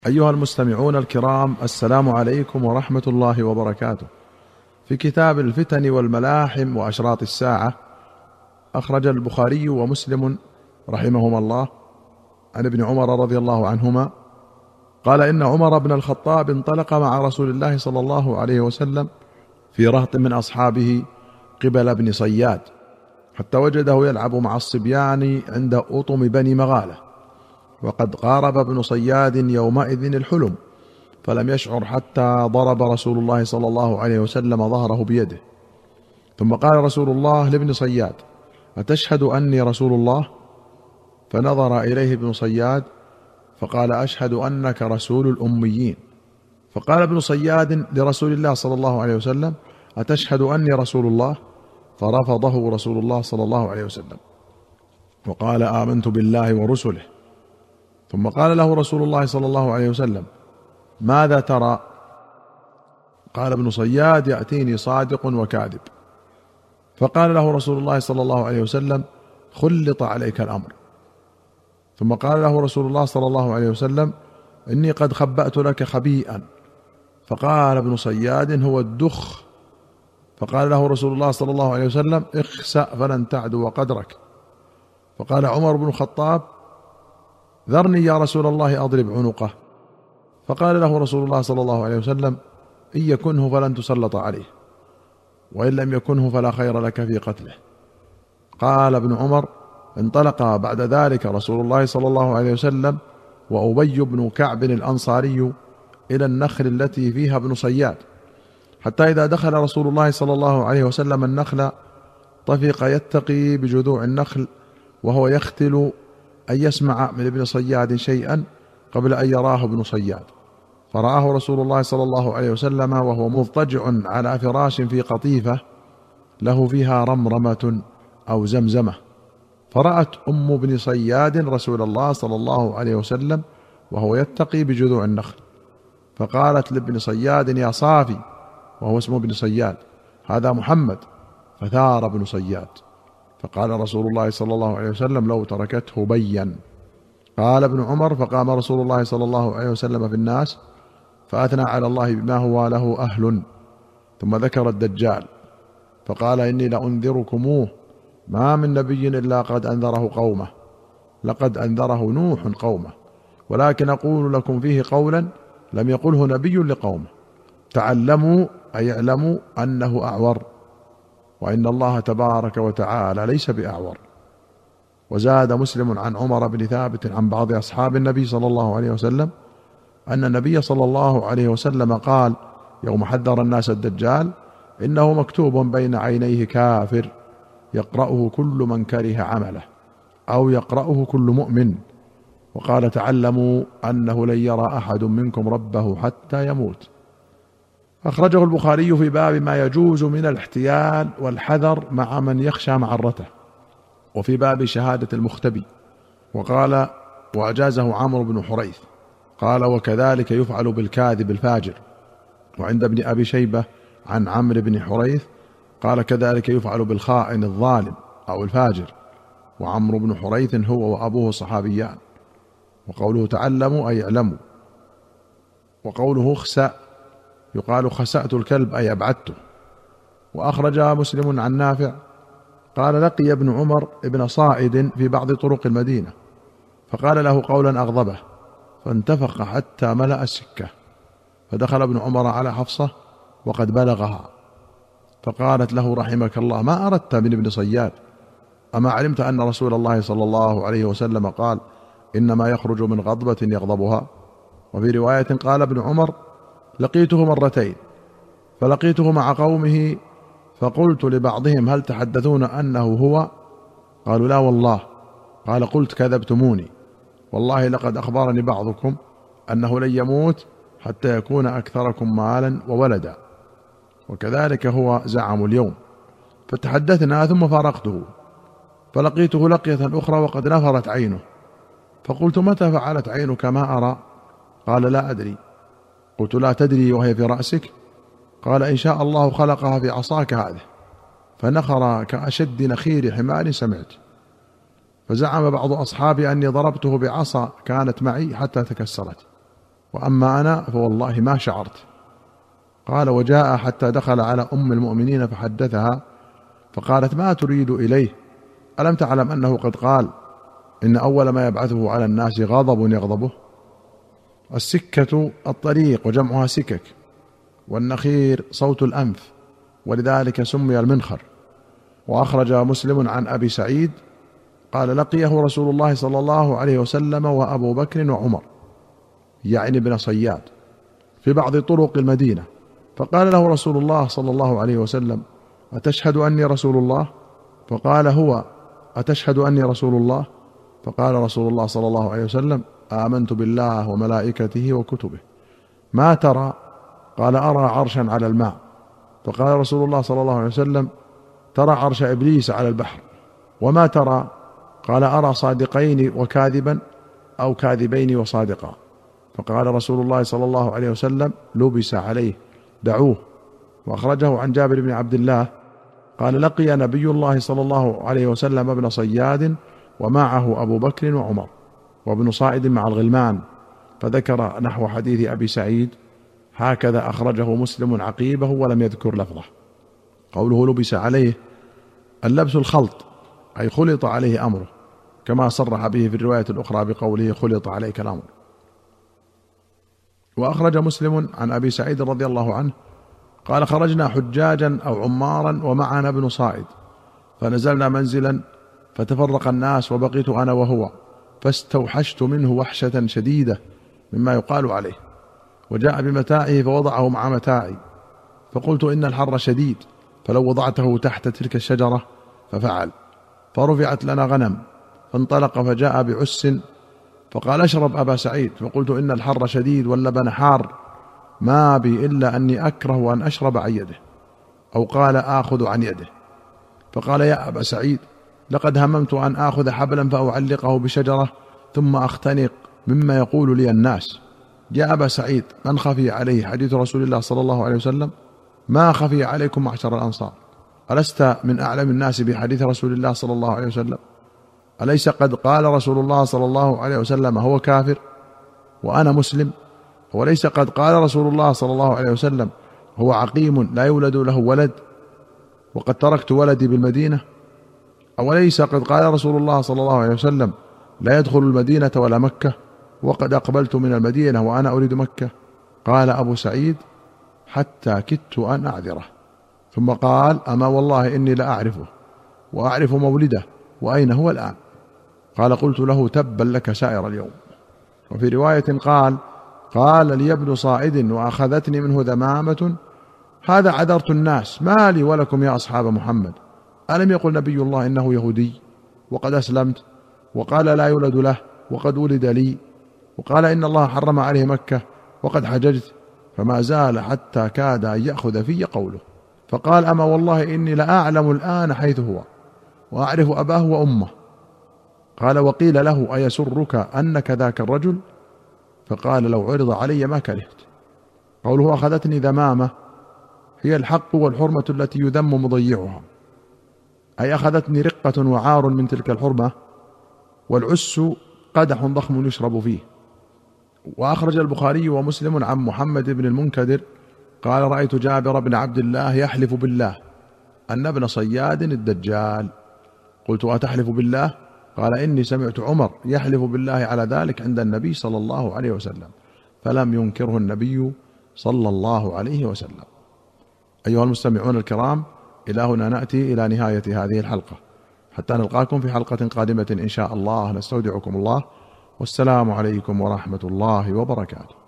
أيها المستمعون الكرام، السلام عليكم ورحمة الله وبركاته. في كتاب الفتن والملاحم وأشراط الساعة، أخرج البخاري ومسلم رحمهما الله عن ابن عمر رضي الله عنهما قال: إن عمر بن الخطاب انطلق مع رسول الله صلى الله عليه وسلم في رهط من أصحابه قبل بن صياد، حتى وجده يلعب مع الصبيان عند أطم بني مغالة، وقد قارب ابن صياد يومئذ الحلم، فلم يشعر حتى ضرب رسول الله صلى الله عليه وسلم ظهره بيده. ثم قال رسول الله لابن صياد: أتشهد أني رسول الله؟ فنظر إليه ابن صياد فقال: أشهد أنك رسول الأميين. فقال ابن صياد لرسول الله صلى الله عليه وسلم: أتشهد أني رسول الله؟ فرفضه رسول الله صلى الله عليه وسلم وقال: آمنت بالله ورسله. ثم قال له رسول الله صلى الله عليه وسلم: ماذا ترى؟ قال ابن صياد: يأتيني صادق وكاذب. فقال له رسول الله صلى الله عليه وسلم: خلط عليك الأمر. ثم قال له رسول الله صلى الله عليه وسلم: إني قد خبأت لك خبيئا. فقال ابن صياد: هو الدخ. فقال له رسول الله صلى الله عليه وسلم: اخسأ فلن تعدو قدرك. فقال عمر بن الخطاب: ذرني يا رسول الله أضرب عنقه. فقال له رسول الله صلى الله عليه وسلم: إن يكنه فلن تسلط عليه، وإن لم يكنه فلا خير لك في قتله. قال ابن عمر: انطلق بعد ذلك رسول الله صلى الله عليه وسلم وأبي بن كعب الأنصاري إلى النخل التي فيها ابن صياد، حتى إذا دخل رسول الله صلى الله عليه وسلم النخل طفق يتقي بجذوع النخل وهو يختل أن يسمع من ابن صياد شيئا قبل أن يراه ابن صياد، فرآه رسول الله صلى الله عليه وسلم وهو مضطجع على فراش في قطيفة له فيها رمرمة أو زمزمة، فرأت أم ابن صياد رسول الله صلى الله عليه وسلم وهو يتقي بجذوع النخل، فقالت لابن صياد: يا صافي، وهو اسمه ابن صياد، هذا محمد. فثار ابن صياد، فقال رسول الله صلى الله عليه وسلم: لو تركته بين. قال ابن عمر: فقام رسول الله صلى الله عليه وسلم في الناس فأثنى على الله بما هو له أهل، ثم ذكر الدجال فقال: إني لأنذركموه، ما من نبي إلا قد أنذره قومه، لقد أنذره نوح قومه، ولكن أقول لكم فيه قولا لم يقله نبي لقومه: تعلموا أي اعلموا أنه أعور، وإن الله تبارك وتعالى ليس بأعور. وزاد مسلم عن عمر بن ثابت عن بعض أصحاب النبي صلى الله عليه وسلم أن النبي صلى الله عليه وسلم قال يوم حذر الناس الدجال: إنه مكتوب بين عينيه كافر، يقرأه كل من كره عمله، أو يقرأه كل مؤمن. وقال: تعلموا أنه لن يرى أحد منكم ربه حتى يموت. أخرجه البخاري في باب ما يجوز من الاحتيال والحذر مع من يخشى معرته، وفي باب شهادة المختبي. وقال: وأجازه عمرو بن حريث. قال: وكذلك يفعل بالكاذب الفاجر. وعند ابن أبي شيبة عن عمرو بن حريث قال: كذلك يفعل بالخائن الظالم أو الفاجر. وعمرو بن حريث هو وأبوه صحابيان. وقوله تعلموا أي اعلموا. وقوله اخسأ يقال خسأت الكلب أي أبعدته. وأخرج مسلم عن نافع قال: لقي ابن عمر ابن صائد في بعض طرق المدينة، فقال له قولا أغضبه، فانتفخ حتى ملأ السكة، فدخل ابن عمر على حفصة وقد بلغها، فقالت له: رحمك الله، ما أردت من ابن صياد؟ أما علمت أن رسول الله صلى الله عليه وسلم قال: إنما يخرج من غضبة يغضبها؟ وفي رواية قال ابن عمر: لقيته مرتين، فلقيته مع قومه فقلت لبعضهم: هل تحدثون أنه هو؟ قالوا: لا والله. قال: قلت: كذبتموني، والله لقد أخبرني بعضكم أنه لن يموت حتى يكون أكثركم مالا وولدا، وكذلك هو زعم اليوم. فتحدثنا ثم فارقته، فلقيته لقية أخرى وقد نفرت عينه، فقلت: متى فعلت عينك ما أرى؟ قال: لا أدري. قلت: لا تدري وهي في رأسك؟ قال: إن شاء الله خلقها في عصاك هذه. فنخر كأشد نخير حمار سمعت. فزعم بعض أصحابي أني ضربته بعصا كانت معي حتى تكسرت. وأما أنا فوالله ما شعرت. قال: وجاء حتى دخل على أم المؤمنين فحدثها، فقالت: ما تريد إليه؟ ألم تعلم أنه قد قال: إن أول ما يبعثه على الناس غضب يغضبه. السكة الطريق وجمعها سكك، والنخير صوت الأنف، ولذلك سمي المنخر. وأخرج مسلم عن أبي سعيد قال: لقيه رسول الله صلى الله عليه وسلم وأبو بكر وعمر، يعني ابن صياد، في بعض طرق المدينة، فقال له رسول الله صلى الله عليه وسلم: أتشهد أني رسول الله؟ فقال هو: أتشهد أني رسول الله؟ فقال رسول الله صلى الله عليه وسلم: آمنت بالله وملائكته وكتبه. ما ترى؟ قال: أرى عرشا على الماء. فقال رسول الله صلى الله عليه وسلم: ترى عرش إبليس على البحر. وما ترى؟ قال: أرى صادقين وكاذبا، أو كاذبين وصادقا. فقال رسول الله صلى الله عليه وسلم: لبس عليه، دعوه. وأخرجه عن جابر بن عبد الله قال: لقي نبي الله صلى الله عليه وسلم ابن صياد ومعه أبو بكر وعمر، وابن صائد مع الغلمان، فذكر نحو حديث أبي سعيد. هكذا أخرجه مسلم عقيبه ولم يذكر لفظه. قوله لبس عليه، اللبس الخلط، أي خلط عليه أمره، كما صرح به في الرواية الأخرى بقوله: خلط عليك الأمر. وأخرج مسلم عن أبي سعيد رضي الله عنه قال: خرجنا حجاجا أو عمارا ومعنا ابن صائد، فنزلنا منزلا فتفرق الناس، وبقيت أنا وهو، فاستوحشت منه وحشة شديدة مما يقال عليه، وجاء بمتاعه فوضعه مع متاعي، فقلت: إن الحر شديد، فلو وضعته تحت تلك الشجرة، ففعل. فرفعت لنا غنم، فانطلق فجاء بعس، فقال: اشرب أبا سعيد. فقلت: إن الحر شديد واللبن حار، ما بي إلا أني أكره أن أشرب عن يده، أو قال: آخذ عن يده. فقال: يا أبا سعيد، لقد هممت أن آخذ حبلا فأعلقه بشجرة ثم أختنق مما يقول لي الناس. يا أبا سعيد، من خفي عليه حديث رسول الله صلى الله عليه وسلم؟ ما خفي عليكم معشر الأنصار؟ ألست من أعلم الناس بحديث رسول الله صلى الله عليه وسلم؟ أليس قد قال رسول الله صلى الله عليه وسلم: هو كافر وأنا مسلم؟ وليس قد قال رسول الله صلى الله عليه وسلم: هو عقيم لا يولد له ولد، وقد تركت ولدي بالمدينة؟ أوليس قد قال رسول الله صلى الله عليه وسلم: لا يدخل المدينة ولا مكة، وقد أقبلت من المدينة وأنا أريد مكة؟ قال أبو سعيد: حتى كدت أن أعذره. ثم قال: أما والله إني لأعرفه، وأعرف مولده، وأين هو الآن؟ قال: قلت له: تبا لك سائر اليوم. وفي رواية قال لي ابن صائد وأخذتني منه ذمامة: هذا عذرت الناس، ما لي ولكم يا أصحاب محمد؟ ألم يقل نبي الله إنه يهودي وقد أسلمت، وقال لا يولد له وقد ولد لي، وقال إن الله حرم عليه مكة وقد حججت؟ فما زال حتى كاد أن يأخذ في قوله. فقال: أما والله إني لأعلم الآن حيث هو، وأعرف أباه وأمه. قال: وقيل له: أيسرك أنك ذاك الرجل؟ فقال: لو عرض علي ما كرهت. قوله أخذتني ذمامة هي الحق والحرمة التي يذم مضيعها، أي أخذتني رقة وعار من تلك الحرمة. والعس قدح ضخم يشرب فيه. وأخرج البخاري ومسلم عن محمد بن المنكدر قال: رأيت جابر بن عبد الله يحلف بالله أن ابن صياد الدجال. قلت: أتحلف بالله؟ قال: إني سمعت عمر يحلف بالله على ذلك عند النبي صلى الله عليه وسلم، فلم ينكره النبي صلى الله عليه وسلم. أيها المستمعون الكرام، إلى هنا نأتي إلى نهاية هذه الحلقة، حتى نلقاكم في حلقة قادمة إن شاء الله. نستودعكم الله، والسلام عليكم ورحمة الله وبركاته.